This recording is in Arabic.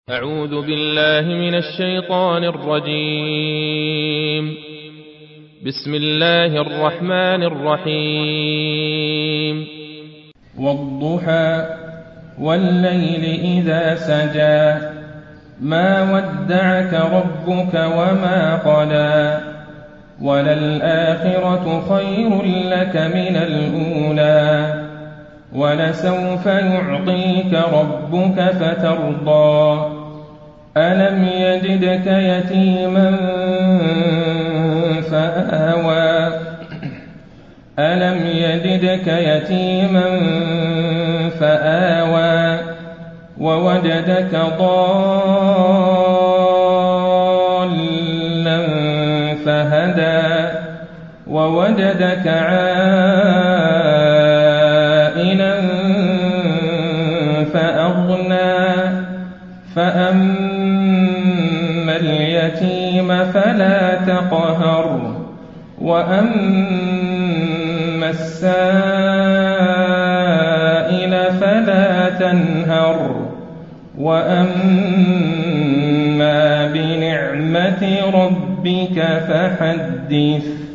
أعوذ بالله من الشيطان الرجيم. بسم الله الرحمن الرحيم. والضحى والليل إذا سجى ما ودعك ربك وما قلى وللآخرة خير لك من الأولى ولسوف يعطيك ربك فترضى ألم يجدك يتيما فآوى ووجدك ضالا فهدى ووجدك عائلا فأغنى فأما اليتيم فلا تقهر وأما السائل فلا تنهر وأما بنعمة ربك فحدث.